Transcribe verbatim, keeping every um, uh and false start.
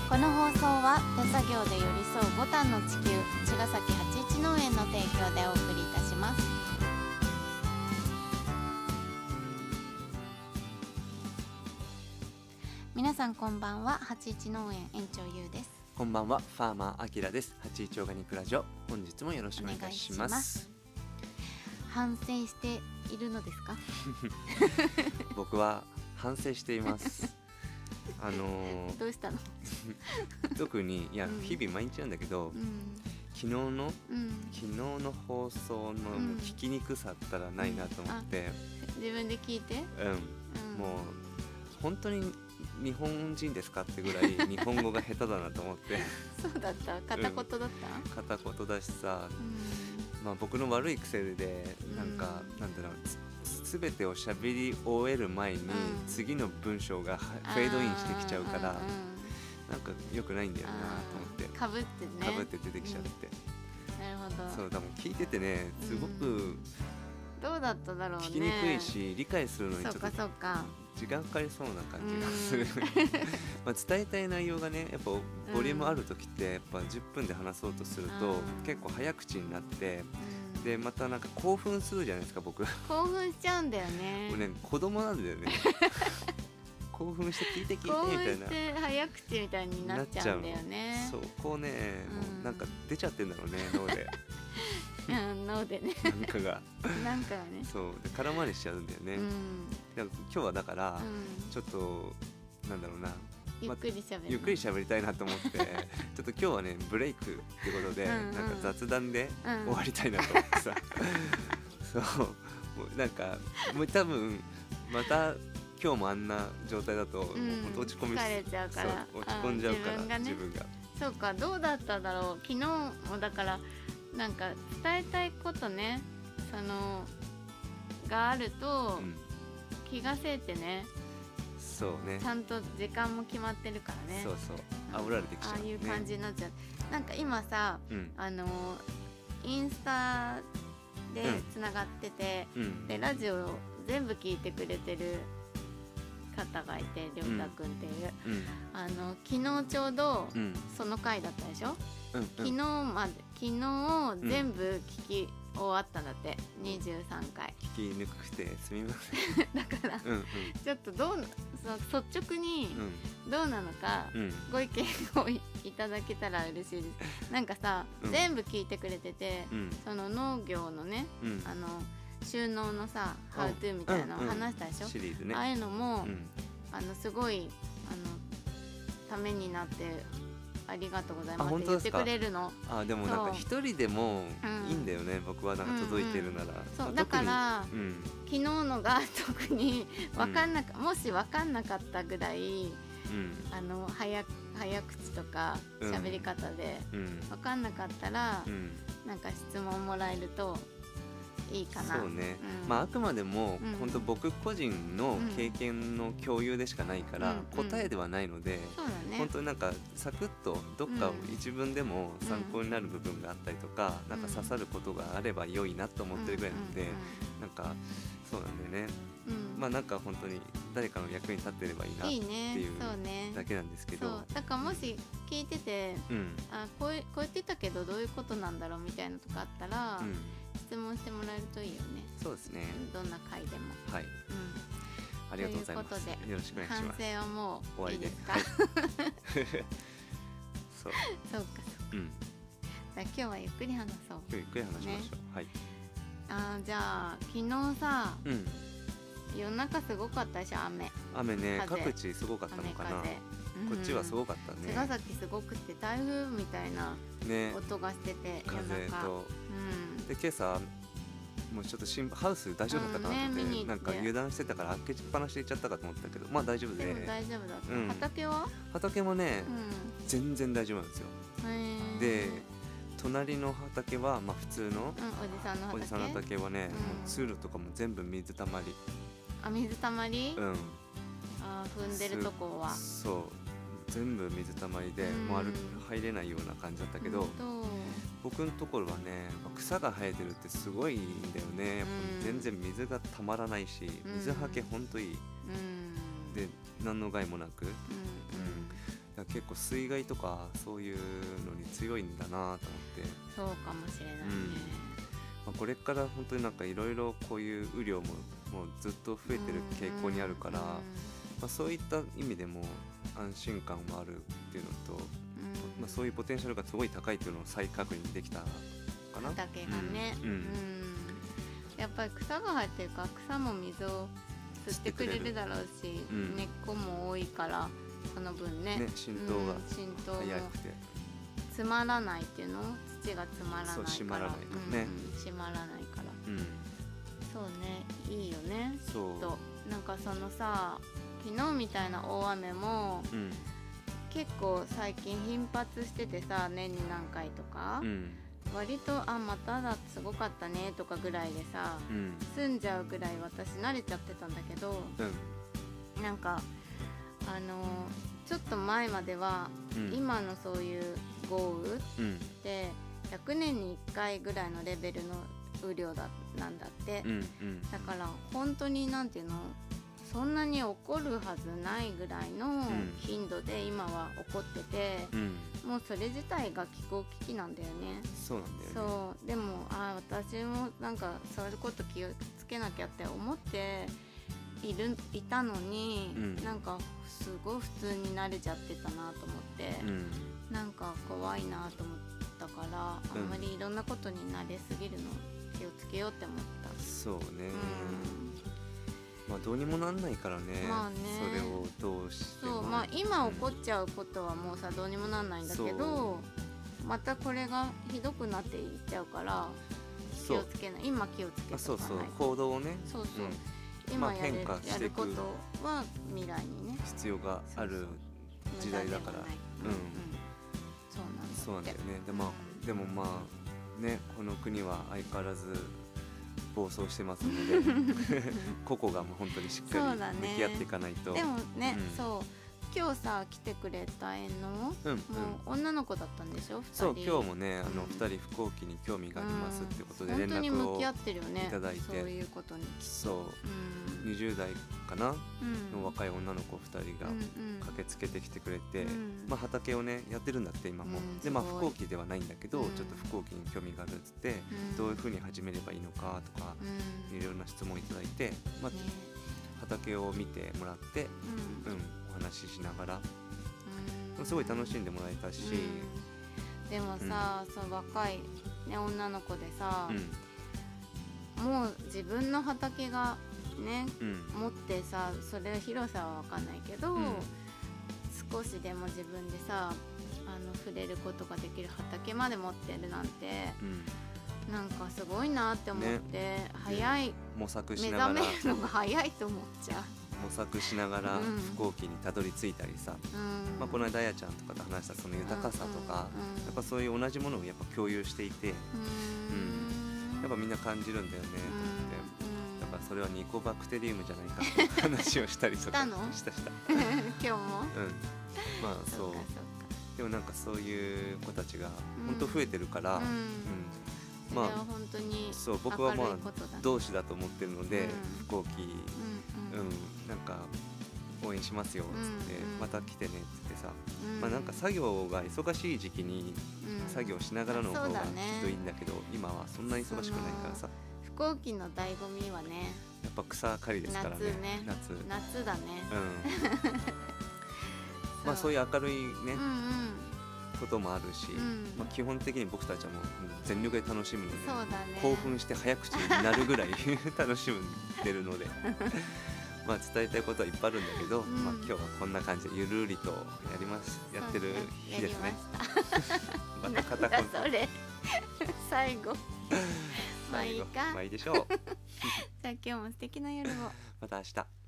この放送は手作業で寄り添うボタンの地球茅ヶ崎八一農園の提供でお送りいたします。皆さんこんばんは。八一農園園長ゆうです。 こんばんは、ファーマーあきらです。八一オーガニックラジオ、本日もよろしくお願いいたします。 反省しているのですか？ 僕は反省しています。あのー、 どうしたの？ 特にいや、 うん、 日々毎日なんだけど、 うん、 昨日の、うん、昨日の放送の聞きにくさったらないなと思って、 うん、自分で聞いて、 うん、うん、もう本当に日本人ですかってぐらい日本語が下手だなと思ってそうだった？片言だった？うん、 片言だしさ、うん、まあ僕の悪い癖でなんか、うん、なんだろう、すべてを喋り終える前に次の文章がフェードインしてきちゃうから、なんか良くないんだよなと思って、 かぶってね、 かぶって出てきちゃって、 うん、なるほど。 そうだもん、聞いててね、すごく、うん、 どうだっただろうね。 聞きにくいし理解するのにちょっと時間かかりそうな感じがするまあ伝えたい内容がね、やっぱボリュームある時ってやっぱじゅっぷんで話そうとすると結構早口になって、でまたなんか興奮するじゃないですか。僕興奮しちゃうんだよね。 俺ね、子供なんだよね興奮して聞いて聞いてみたいな、 興奮して早口みたいになっちゃうんだよね。 そう、こうね、うん、もうなんか出ちゃってんだろうね、脳でうん、脳でねなんかがなんかがね、 そうで空回りしちゃうんだよね、うん、今日はだから、うん、ちょっとなんだろうな、 ゆっくりしゃべる、 ゆっくりしゃべりたいなと思ってちょっと今日はねブレイクってことでうん、うん、なんか雑談で終わりたいなと思ってさ、うん、そうもうなんかもう多分また今日もあんな状態だと、うん、もう本当落ち込み疲れちゃうから、 落ち込んじゃうから、 自分がね、 自分がそうか、どうだっただろう。昨日もだからなんか伝えたいことね、そのがあると、うん、気がせいてね、 そうね、 ちゃんと時間も決まってるからね。 そうそう、煽られてきちゃう、ね、 ああいう感じになっちゃう。なんか今さ、うん、あのインスタでつながってて、うん、でラジオを全部聞いてくれてる方がいて、りょうたくんっていう、うん、あの昨日ちょうどその回だったでしょ、うんうん、昨日まで昨日全部聞き終わったんだって、うん、にじゅうさんかい聞きにくくてすみませんだからうん、うん、ちょっとどうそ率直にどうなのか、うん、ご意見をいただけたら嬉しいです。なんかさ、うん、全部聞いてくれてて、うん、その農業のね、うん、あの収納のさ、ハウトゥーみたいなのを話したでしょ、 シリーズね、 ああいうのも、うん、あのすごいあのためになってありがとうございますって言ってくれるの。 あ、でもなんか一人でもいいんだよね、うん、僕はなんか届いてるなら、うんうん、 そうだから、うん、昨日のが特に分かんなか、うん、もし分かんなかったぐらい、うん、あの 早, 早口とか喋り方で分かんなかったら、うん、なんか質問もらえるといいかな。 そうね、うん、まああくまでも、うん、本当僕個人の経験の共有でしかないから、うん、答えではないので、うん、本当になんかサクッとどっか一文でも参考になる部分があったりとか、うん、なんか刺さることがあれば良いなと思ってるぐらいなので、うんうんうん、なんかそうなんだよね、うん、まあなんか本当に誰かの役に立ってればいいなっていうだけなんですけど、 そうだからもし聞いてて、うん、あこう、こう言ってたけどどういうことなんだろうみたいなとかあったら、うん、質問してもらえるといいよね。 そうですね、 どんな回でも。はい、うん、 ありがとうございます。ということでよろしくお願いします。 反省はもういいですか？ はい、そうそうかそうか、うん、じゃあ今日はゆっくり話そう。 今日ゆっくり話しましょう、ね、はい。 あ、じゃあ昨日さ、うん、夜中すごかったでしょ、雨雨ね、各地すごかったのかな、こっちはすごかったね。 茅ヶ崎すごくて台風みたいな音がしてて、ね、 風と、うん、で今朝もうちょっと心配、ハウス大丈夫だったかなと思って、うんね、なんか油断してたから開けっぱなしで行っちゃったかと思ったけど、まあ大丈夫で。 でも大丈夫だった、うん、畑は畑もね、うん、全然大丈夫なんですよ。で隣の畑はまあ普通の、うん、 おじさんの畑、 おじさんの畑はね、うん、もう通路とかも全部水たまり。 あ、水たまり、 うん、 あ、踏んでるとこはそう全部水たまりで、うん、もう歩入れないような感じだったけど、僕のところはね草が生えてるってすごいんだよね。やっぱ全然水がたまらないし、水はけほんといい、うん、で何の害もなく、うんうん、 だ結構水害とかそういうのに強いんだなと思って。 そうかもしれないね、 うんまあ、これから本当になんかいろいろこういう雨量ももうずっと増えてる傾向にあるから、まあ、そういった意味でも安心感もあるっていうのと、まあ、そういうポテンシャルがすごい高いっていうのを再確認できたかな。 畑がね、 うんうん、 やっぱり草が生えてるから草も水を吸ってくれるだろうし、うん、根っこも多いからその分 ね, ね浸透が早くて、うん、 詰まらないっていうの土が詰まらないから、 そう締まらないからね、 うん、締まらないから、 うん、 そうねいいよね。 そうきっとなんかそのさ昨日みたいな大雨も、うん、結構最近頻発しててさ年に何回とか、うん、割とあまただすごかったねとかぐらいでさ、うん、済んじゃうぐらい私慣れちゃってたんだけど、うん、なんかあのちょっと前までは、うん、今のそういう豪雨ってひゃくねんにいっかいぐらいのレベルの雨量だなんだって、うんうん、だから本当になんていうのそんなに起こるはずないぐらいの頻度で今は起こってて、うん、もうそれ自体が気候危機なんだよね。 そうなんだよね。 そうでもあ私もなんかそういうこと気をつけなきゃって思っているいたのに、うん、なんかすごい普通に慣れちゃってたなと思って、うん、なんか怖いなと思ったから、あんまりいろんなことに慣れすぎるの気をつけようって思った。 そうね、うん、まあどうにもなんないからね、まあねそれをどうしてもそう、まあ、今起こっちゃうことはもうさどうにもなんないんだけど、またこれがひどくなっていっちゃうから気をつけない今気をつけておかないと。 そうそう行動をねそうそう、うん、今や る,、まあ、やることは未来にね必要がある時代だから、うん、うん、 そうなんだよね。 で、まあ、でもまあねこの国は相変わらず暴走してますので個々がもう本当にしっかり向き合っていかないと。 でもね、うん、そう今日さ来てくれた園の、うん、もう女の子だったんでしょふたり。 そう今日もねあのふたり飛行機に興味がありますってことで連絡をいただいて、 うん、本当に向き合ってるよねそういうことに。 そう、うん、にじゅう代かな、うん、の若い女の子ふたりが駆けつけてきてくれて、うん、まあ、畑をねやってるんだって今も、うん、でまあ飛行機ではないんだけど、うん、ちょっと飛行機に興味があるっつって、うん、どういう風に始めればいいのかとか、うん、いろんな質問いただいて、まあね、畑を見てもらって、うんうん、お話ししながら、うん、すごい楽しんでもらえたし、 うん、でもさ、うん、その若い、ね、女の子でさ、うん、もう自分の畑がね、うん、持ってさそれ広さは分かんないけど、うん、少しでも自分でさあの触れることができる畑まで持ってるなんて、うん、なんかすごいなって思って、ね、早い、 模索しながら目覚めるのが早いと思っちゃう。 模索しながら飛行機にたどり着いたりさ、うんまあ、この間あやちゃんとかと話したその豊かさとか、うんうんうん、やっぱそういう同じものをやっぱ共有していて、うんうん、やっぱみんな感じるんだよねと思って、うん、だからそれはニコバクテリウムじゃないかって話をしたりとかしたした今日も、うん、 まあそうそうでもなんかそういう子たちが本当増えてるから、うんうんまあ、それは本当にそう僕はまあ同志だと思ってるので、うん、飛行機、うんうんうん、なんか応援しますよっつって、うんうん、また来てねっつってさ、うんまあ、なんか作業が忙しい時期に作業しながらの方がきっといいんだけど、うんね、今はそんなに忙しくないからさ飛行機の醍醐味はねやっぱ草刈りですからね。 夏ね夏夏だね、 うんまあそういう明るいね、うんうんこともあるし、うんまあ、基本的に僕たちはもう全力で楽しむので、 そうだね、 興奮して早口になるぐらい楽しんでるのでまあ伝えたいことはいっぱいあるんだけど、うんまあ、今日はこんな感じでゆるりとやりますやってる日ですね。 また肩こんそれ最後まあいいかまあいいでしょうじゃあ今日も素敵な夜をまた明日。